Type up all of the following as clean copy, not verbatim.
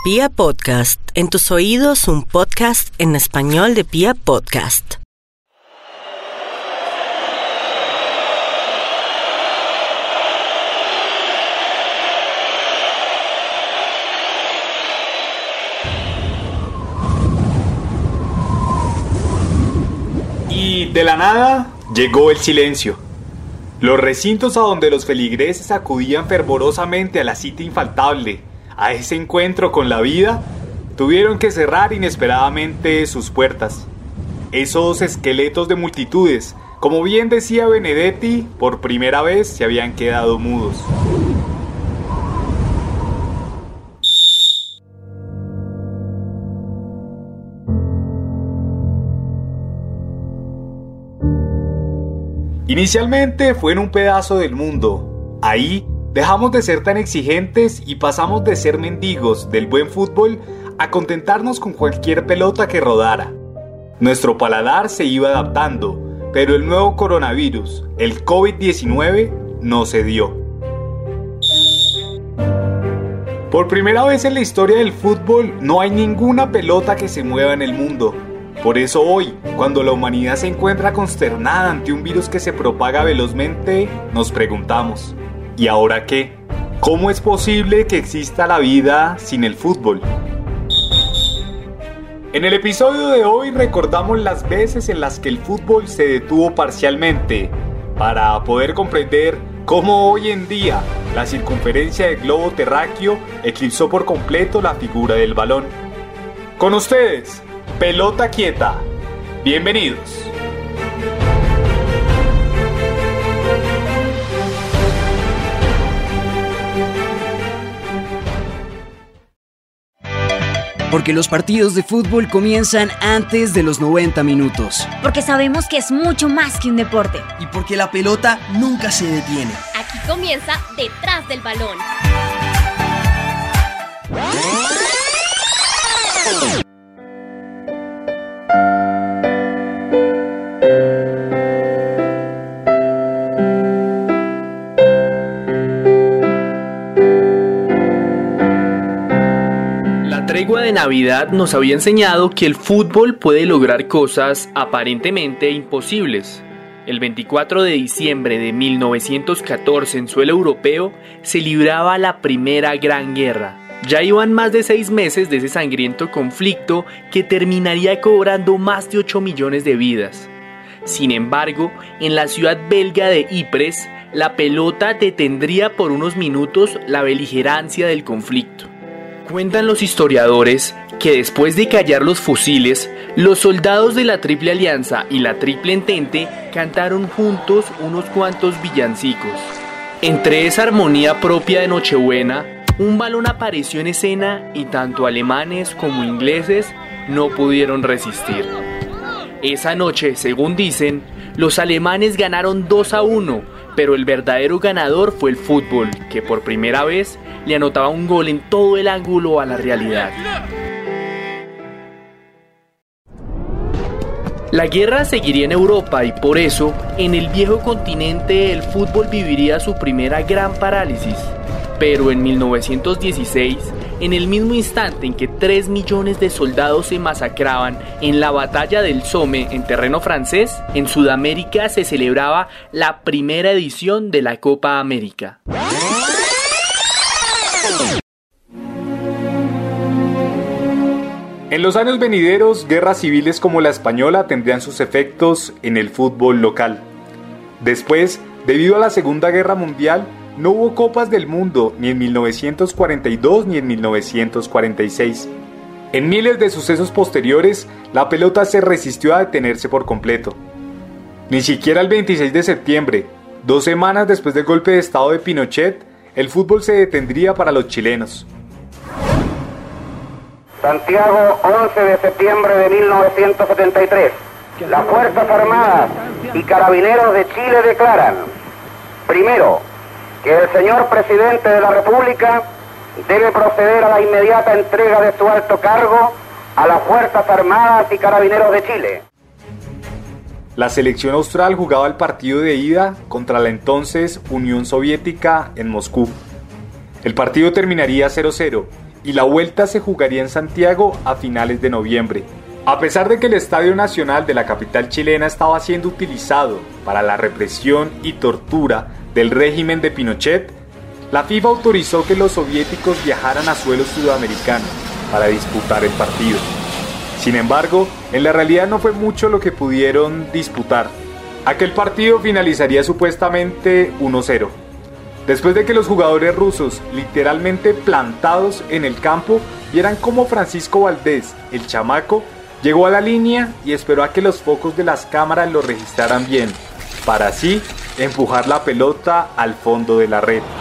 Pia Podcast, en tus oídos un podcast en español de Pia Podcast. Y de la nada llegó el silencio. Los recintos a donde los feligreses acudían fervorosamente a la cita infaltable, a ese encuentro con la vida, tuvieron que cerrar inesperadamente sus puertas. Esos esqueletos de multitudes, como bien decía Benedetti, por primera vez se habían quedado mudos. Inicialmente fue en un pedazo del mundo. Ahí dejamos de ser tan exigentes y pasamos de ser mendigos del buen fútbol a contentarnos con cualquier pelota que rodara. Nuestro paladar se iba adaptando, pero el nuevo coronavirus, el COVID-19, no cedió. Por primera vez en la historia del fútbol no hay ninguna pelota que se mueva en el mundo. Por eso hoy, cuando la humanidad se encuentra consternada ante un virus que se propaga velozmente, nos preguntamos: ¿y ahora qué? ¿Cómo es posible que exista la vida sin el fútbol? En el episodio de hoy recordamos las veces en las que el fútbol se detuvo parcialmente, para poder comprender cómo hoy en día la circunferencia del globo terráqueo eclipsó por completo la figura del balón. Con ustedes, Pelota Quieta. Bienvenidos. Porque los partidos de fútbol comienzan antes de los 90 minutos. Porque sabemos que es mucho más que un deporte. Y porque la pelota nunca se detiene. Aquí comienza Detrás del Balón. La tregua de Navidad nos había enseñado que el fútbol puede lograr cosas aparentemente imposibles. El 24 de diciembre de 1914 en suelo europeo se libraba la Primera Gran Guerra. Ya iban más de 6 meses de ese sangriento conflicto que terminaría cobrando más de 8 millones de vidas. Sin embargo, en la ciudad belga de Ypres, la pelota detendría por unos minutos la beligerancia del conflicto. Cuentan los historiadores que después de callar los fusiles, los soldados de la Triple Alianza y la Triple Entente cantaron juntos unos cuantos villancicos. Entre esa armonía propia de Nochebuena, un balón apareció en escena y tanto alemanes como ingleses no pudieron resistir. Esa noche, según dicen, los alemanes ganaron 2-1, pero el verdadero ganador fue el fútbol, que por primera vez le anotaba un gol en todo el ángulo a la realidad. La guerra seguiría en Europa y por eso, en el viejo continente el fútbol viviría su primera gran parálisis. Pero en 1916, en el mismo instante en que 3 millones de soldados se masacraban en la batalla del Somme en terreno francés, en Sudamérica se celebraba la primera edición de la Copa América. En los años venideros, guerras civiles como la española tendrían sus efectos en el fútbol local. Después, debido a la Segunda Guerra Mundial, no hubo Copas del Mundo ni en 1942 ni en 1946. En miles de sucesos posteriores, la pelota se resistió a detenerse por completo. Ni siquiera el 26 de septiembre, 2 semanas después del golpe de estado de Pinochet, el fútbol se detendría para los chilenos. Santiago, 11 de septiembre de 1973. Las Fuerzas Armadas y Carabineros de Chile declaran: primero, que el señor presidente de la República debe proceder a la inmediata entrega de su alto cargo a las Fuerzas Armadas y Carabineros de Chile. La selección austral jugaba el partido de ida contra la entonces Unión Soviética en Moscú. El partido terminaría 0-0 y la vuelta se jugaría en Santiago a finales de noviembre. A pesar de que el Estadio Nacional de la capital chilena estaba siendo utilizado para la represión y tortura del régimen de Pinochet, la FIFA autorizó que los soviéticos viajaran a suelo sudamericano para disputar el partido. Sin embargo, en la realidad no fue mucho lo que pudieron disputar. Aquel partido finalizaría supuestamente 1-0. Después de que los jugadores rusos, literalmente plantados en el campo, vieran cómo Francisco Valdés, el chamaco, llegó a la línea y esperó a que los focos de las cámaras lo registraran bien, para así empujar la pelota al fondo de la red.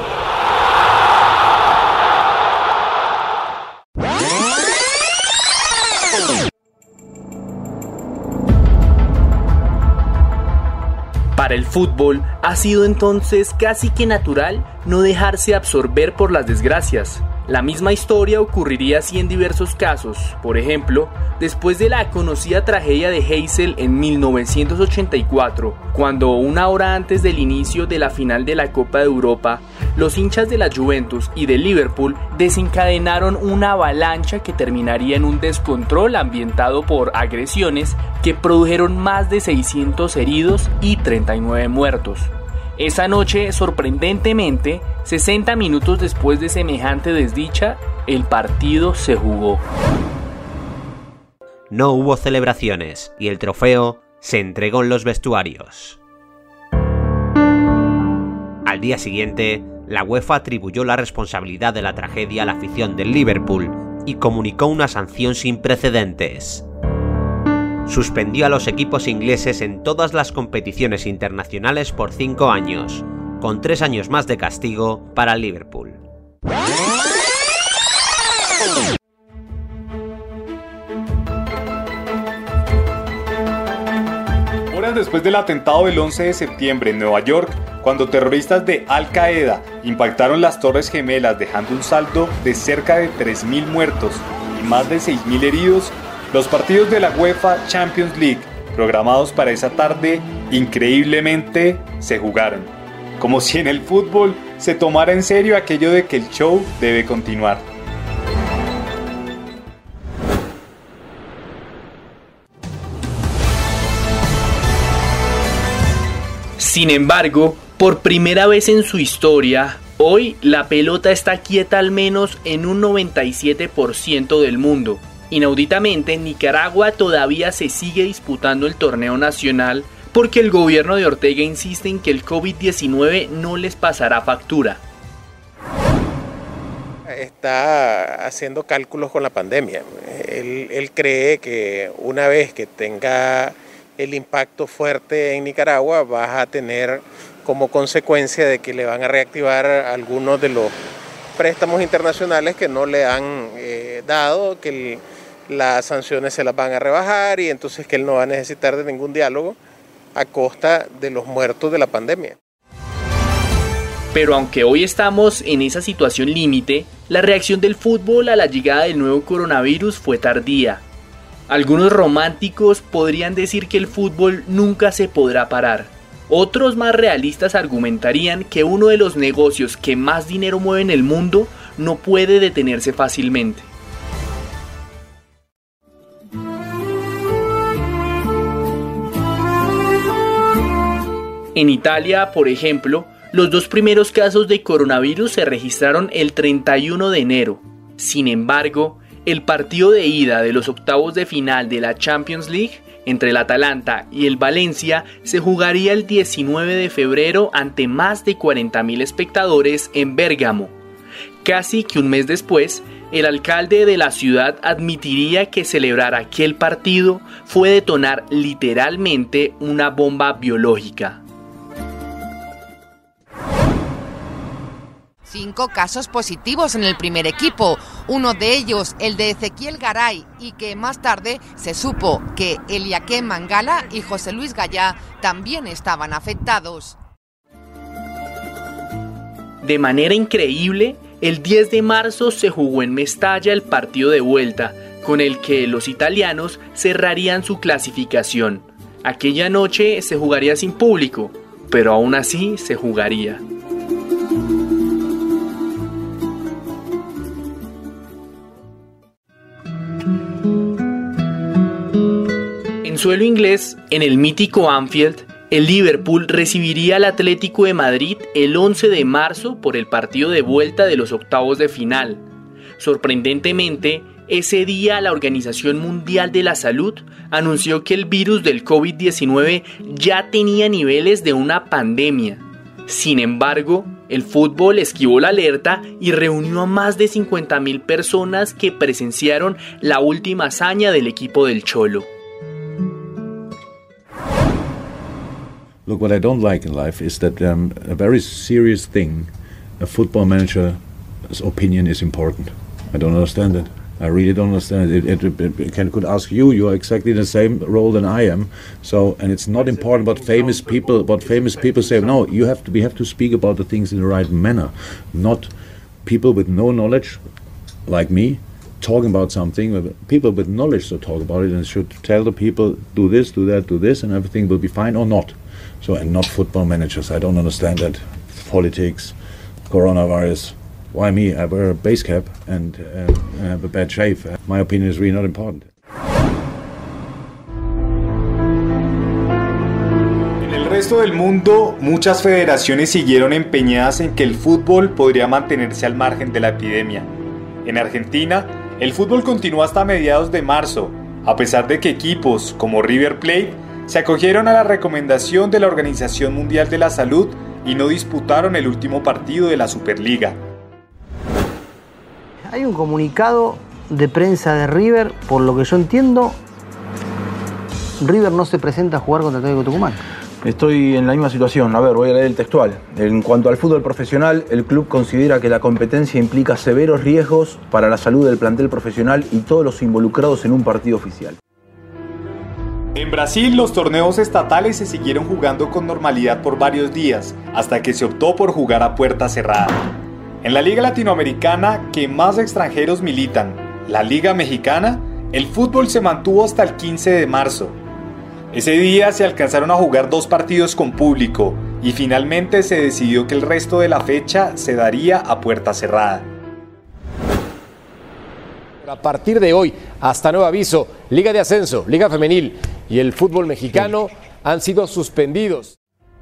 Para el fútbol ha sido entonces casi que natural no dejarse absorber por las desgracias. La misma historia ocurriría así en diversos casos. Por ejemplo, después de la conocida tragedia de Heysel en 1984, cuando una hora antes del inicio de la final de la Copa de Europa, los hinchas de la Juventus y de Liverpool desencadenaron una avalancha que terminaría en un descontrol ambientado por agresiones que produjeron más de 600 heridos y 39 muertos. Esa noche, sorprendentemente, 60 minutos después de semejante desdicha, el partido se jugó. No hubo celebraciones y el trofeo se entregó en los vestuarios. Al día siguiente, la UEFA atribuyó la responsabilidad de la tragedia a la afición del Liverpool y comunicó una sanción sin precedentes. Suspendió a los equipos ingleses en todas las competiciones internacionales por 5 años, con 3 años más de castigo para Liverpool. Horas después del atentado del 11 de septiembre en Nueva York, cuando terroristas de Al Qaeda impactaron las Torres Gemelas dejando un saldo de cerca de 3.000 muertos y más de 6.000 heridos, los partidos de la UEFA Champions League, programados para esa tarde, increíblemente se jugaron. Como si en el fútbol se tomara en serio aquello de que el show debe continuar. Sin embargo, por primera vez en su historia, hoy la pelota está quieta al menos en un 97% del mundo. Inauditamente, en Nicaragua todavía se sigue disputando el torneo nacional porque el gobierno de Ortega insiste en que el COVID-19 no les pasará factura. Está haciendo cálculos con la pandemia. Él cree que una vez que tenga el impacto fuerte en Nicaragua, vas a tener como consecuencia de que le van a reactivar algunos de los préstamos internacionales que no le han dado, que las sanciones se las van a rebajar y entonces que él no va a necesitar de ningún diálogo a costa de los muertos de la pandemia. Pero aunque hoy estamos en esa situación límite, la reacción del fútbol a la llegada del nuevo coronavirus fue tardía. Algunos románticos podrían decir que el fútbol nunca se podrá parar. Otros más realistas argumentarían que uno de los negocios que más dinero mueve en el mundo no puede detenerse fácilmente. En Italia, por ejemplo, los 2 primeros casos de coronavirus se registraron el 31 de enero. Sin embargo, el partido de ida de los octavos de final de la Champions League entre el Atalanta y el Valencia se jugaría el 19 de febrero ante más de 40.000 espectadores en Bérgamo. Casi que un mes después, el alcalde de la ciudad admitiría que celebrar aquel partido fue detonar literalmente una bomba biológica. 5 casos positivos en el primer equipo, uno de ellos el de Ezequiel Garay, y que más tarde se supo que Eliaquem Mangala y José Luis Gallá también estaban afectados. De manera increíble, el 10 de marzo se jugó en Mestalla el partido de vuelta, con el que los italianos cerrarían su clasificación. Aquella noche se jugaría sin público, pero aún así se jugaría. En suelo inglés, en el mítico Anfield, el Liverpool recibiría al Atlético de Madrid el 11 de marzo por el partido de vuelta de los octavos de final. Sorprendentemente, ese día la Organización Mundial de la Salud anunció que el virus del COVID-19 ya tenía niveles de una pandemia. Sin embargo, el fútbol esquivó la alerta y reunió a más de 50.000 personas que presenciaron la última hazaña del equipo del Cholo. Look, what I don't like in life is that a very serious thing, a football manager's opinion is important. I don't understand it. I really don't understand it. Could ask you. You are exactly in the same role than I am. So, and it's not important what famous people say. No, we have to speak about the things in the right manner, not people with no knowledge, like me, talking about something. People with knowledge should talk about it and should tell the people, do this, do that, do this, and everything will be fine or not. So, and not football managers. I don't understand that. Politics, coronavirus. Why me? I wear a base cap and have a bad shave. My opinion is really not important. En el resto del mundo, muchas federaciones siguieron empeñadas en que el fútbol podría mantenerse al margen de la epidemia. En Argentina, el fútbol continuó hasta mediados de marzo, a pesar de que equipos como River Plate se acogieron a la recomendación de la Organización Mundial de la Salud y no disputaron el último partido de la Superliga. Hay un comunicado de prensa de River, por lo que yo entiendo, River no se presenta a jugar contra el Atlético Tucumán. Estoy en la misma situación. A ver, voy a leer el textual. En cuanto al fútbol profesional, el club considera que la competencia implica severos riesgos para la salud del plantel profesional y todos los involucrados en un partido oficial. En Brasil, los torneos estatales se siguieron jugando con normalidad por varios días, hasta que se optó por jugar a puerta cerrada. En la Liga Latinoamericana, que más extranjeros militan, la Liga Mexicana, el fútbol se mantuvo hasta el 15 de marzo. Ese día se alcanzaron a jugar 2 partidos con público y finalmente se decidió que el resto de la fecha se daría a puerta cerrada. A partir de hoy, hasta nuevo aviso, Liga de Ascenso, Liga Femenil y el fútbol mexicano han sido suspendidos.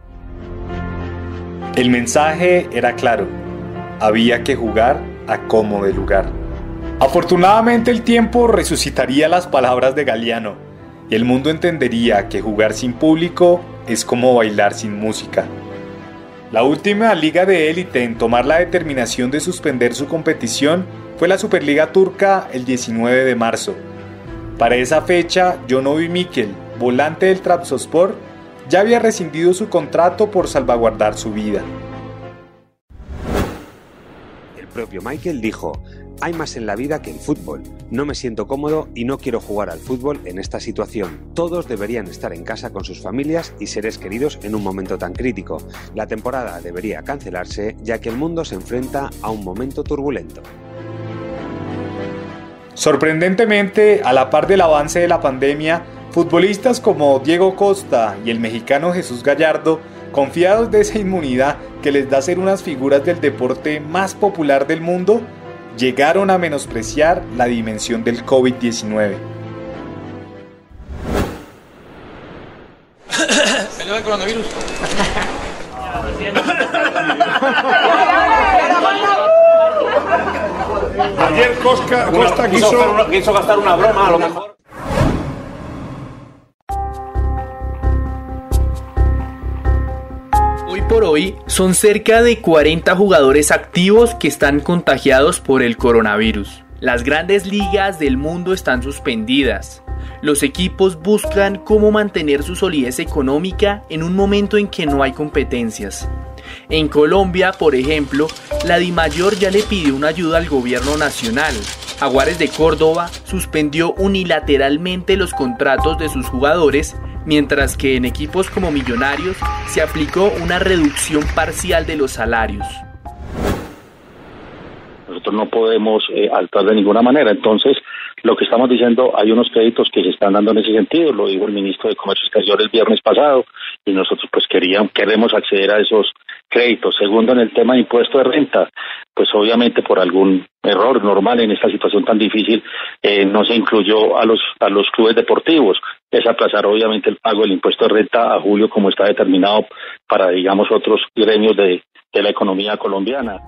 El mensaje era claro: había que jugar a como de lugar. Afortunadamente el tiempo resucitaría las palabras de Galeano y el mundo entendería que jugar sin público es como bailar sin música. La última liga de élite en tomar la determinación de suspender su competición fue la Superliga Turca el 19 de marzo. Para esa fecha, Jonovi Mikel, volante del Trabzonspor, ya había rescindido su contrato por salvaguardar su vida. El propio Mikel dijo: hay más en la vida que el fútbol. No me siento cómodo y no quiero jugar al fútbol en esta situación. Todos deberían estar en casa con sus familias y seres queridos en un momento tan crítico. La temporada debería cancelarse, ya que el mundo se enfrenta a un momento turbulento. Sorprendentemente, a la par del avance de la pandemia, futbolistas como Diego Costa y el mexicano Jesús Gallardo, confiados de esa inmunidad que les da ser unas figuras del deporte más popular del mundo, llegaron a menospreciar la dimensión del COVID-19. ¿Salió el coronavirus? Ayer Costa quiso gastar una broma, a lo mejor. Hoy por hoy son cerca de 40 jugadores activos que están contagiados por el coronavirus. Las grandes ligas del mundo están suspendidas. Los equipos buscan cómo mantener su solidez económica en un momento en que no hay competencias. En Colombia, por ejemplo, la DIMAYOR ya le pidió una ayuda al gobierno nacional. Jaguares de Córdoba suspendió unilateralmente los contratos de sus jugadores, mientras que en equipos como Millonarios se aplicó una reducción parcial de los salarios. Nosotros no podemos actuar de ninguna manera, entonces lo que estamos diciendo, hay unos créditos que se están dando en ese sentido, lo dijo el ministro de Comercio Exterior el viernes pasado, y nosotros pues queremos acceder a esos créditos. Segundo, en el tema de impuesto de renta, pues obviamente por algún error normal en esta situación tan difícil, no se incluyó a los clubes deportivos. Es aplazar obviamente el pago del impuesto de renta a julio, como está determinado para, digamos, otros gremios de la economía colombiana.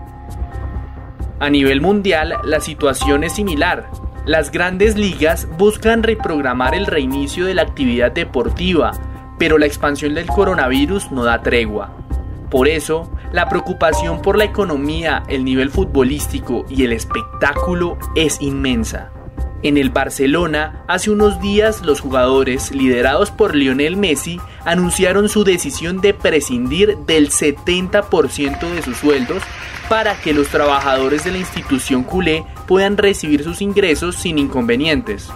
A nivel mundial, la situación es similar. Las grandes ligas buscan reprogramar el reinicio de la actividad deportiva, pero la expansión del coronavirus no da tregua. Por eso, la preocupación por la economía, el nivel futbolístico y el espectáculo es inmensa. En el Barcelona, hace unos días los jugadores, liderados por Lionel Messi, anunciaron su decisión de prescindir del 70% de sus sueldos para que los trabajadores de la institución culé puedan recibir sus ingresos sin inconvenientes.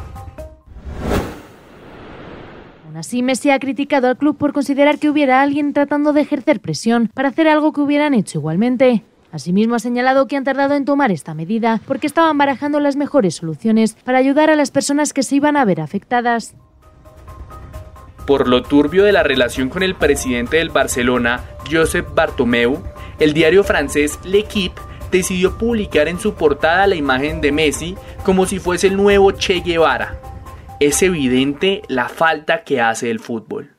Aún así, Messi ha criticado al club por considerar que hubiera alguien tratando de ejercer presión para hacer algo que hubieran hecho igualmente. Asimismo, ha señalado que han tardado en tomar esta medida porque estaban barajando las mejores soluciones para ayudar a las personas que se iban a ver afectadas. Por lo turbio de la relación con el presidente del Barcelona, Josep Bartomeu, el diario francés L'Équipe decidió publicar en su portada la imagen de Messi como si fuese el nuevo Che Guevara. Es evidente la falta que hace el fútbol.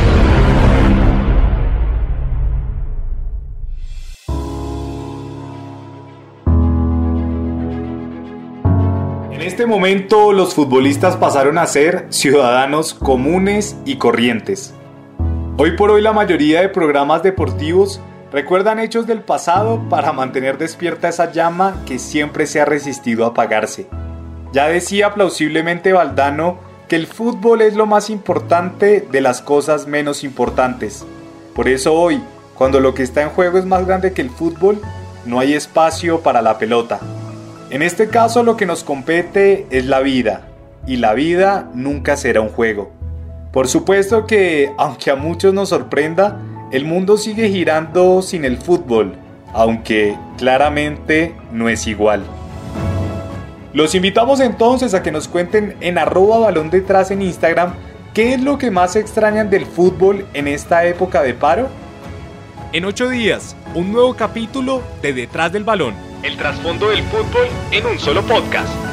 En este momento, los futbolistas pasaron a ser ciudadanos comunes y corrientes. Hoy por hoy, la mayoría de programas deportivos recuerdan hechos del pasado para mantener despierta esa llama que siempre se ha resistido a apagarse. Ya decía plausiblemente Valdano que el fútbol es lo más importante de las cosas menos importantes. Por eso hoy, cuando lo que está en juego es más grande que el fútbol, no hay espacio para la pelota. En este caso, lo que nos compete es la vida, y la vida nunca será un juego. Por supuesto que, aunque a muchos nos sorprenda, el mundo sigue girando sin el fútbol, aunque claramente no es igual. Los invitamos entonces a que nos cuenten en @balondetrás en Instagram qué es lo que más extrañan del fútbol en esta época de paro. En 8 días, un nuevo capítulo de Detrás del Balón. El trasfondo del fútbol en un solo podcast.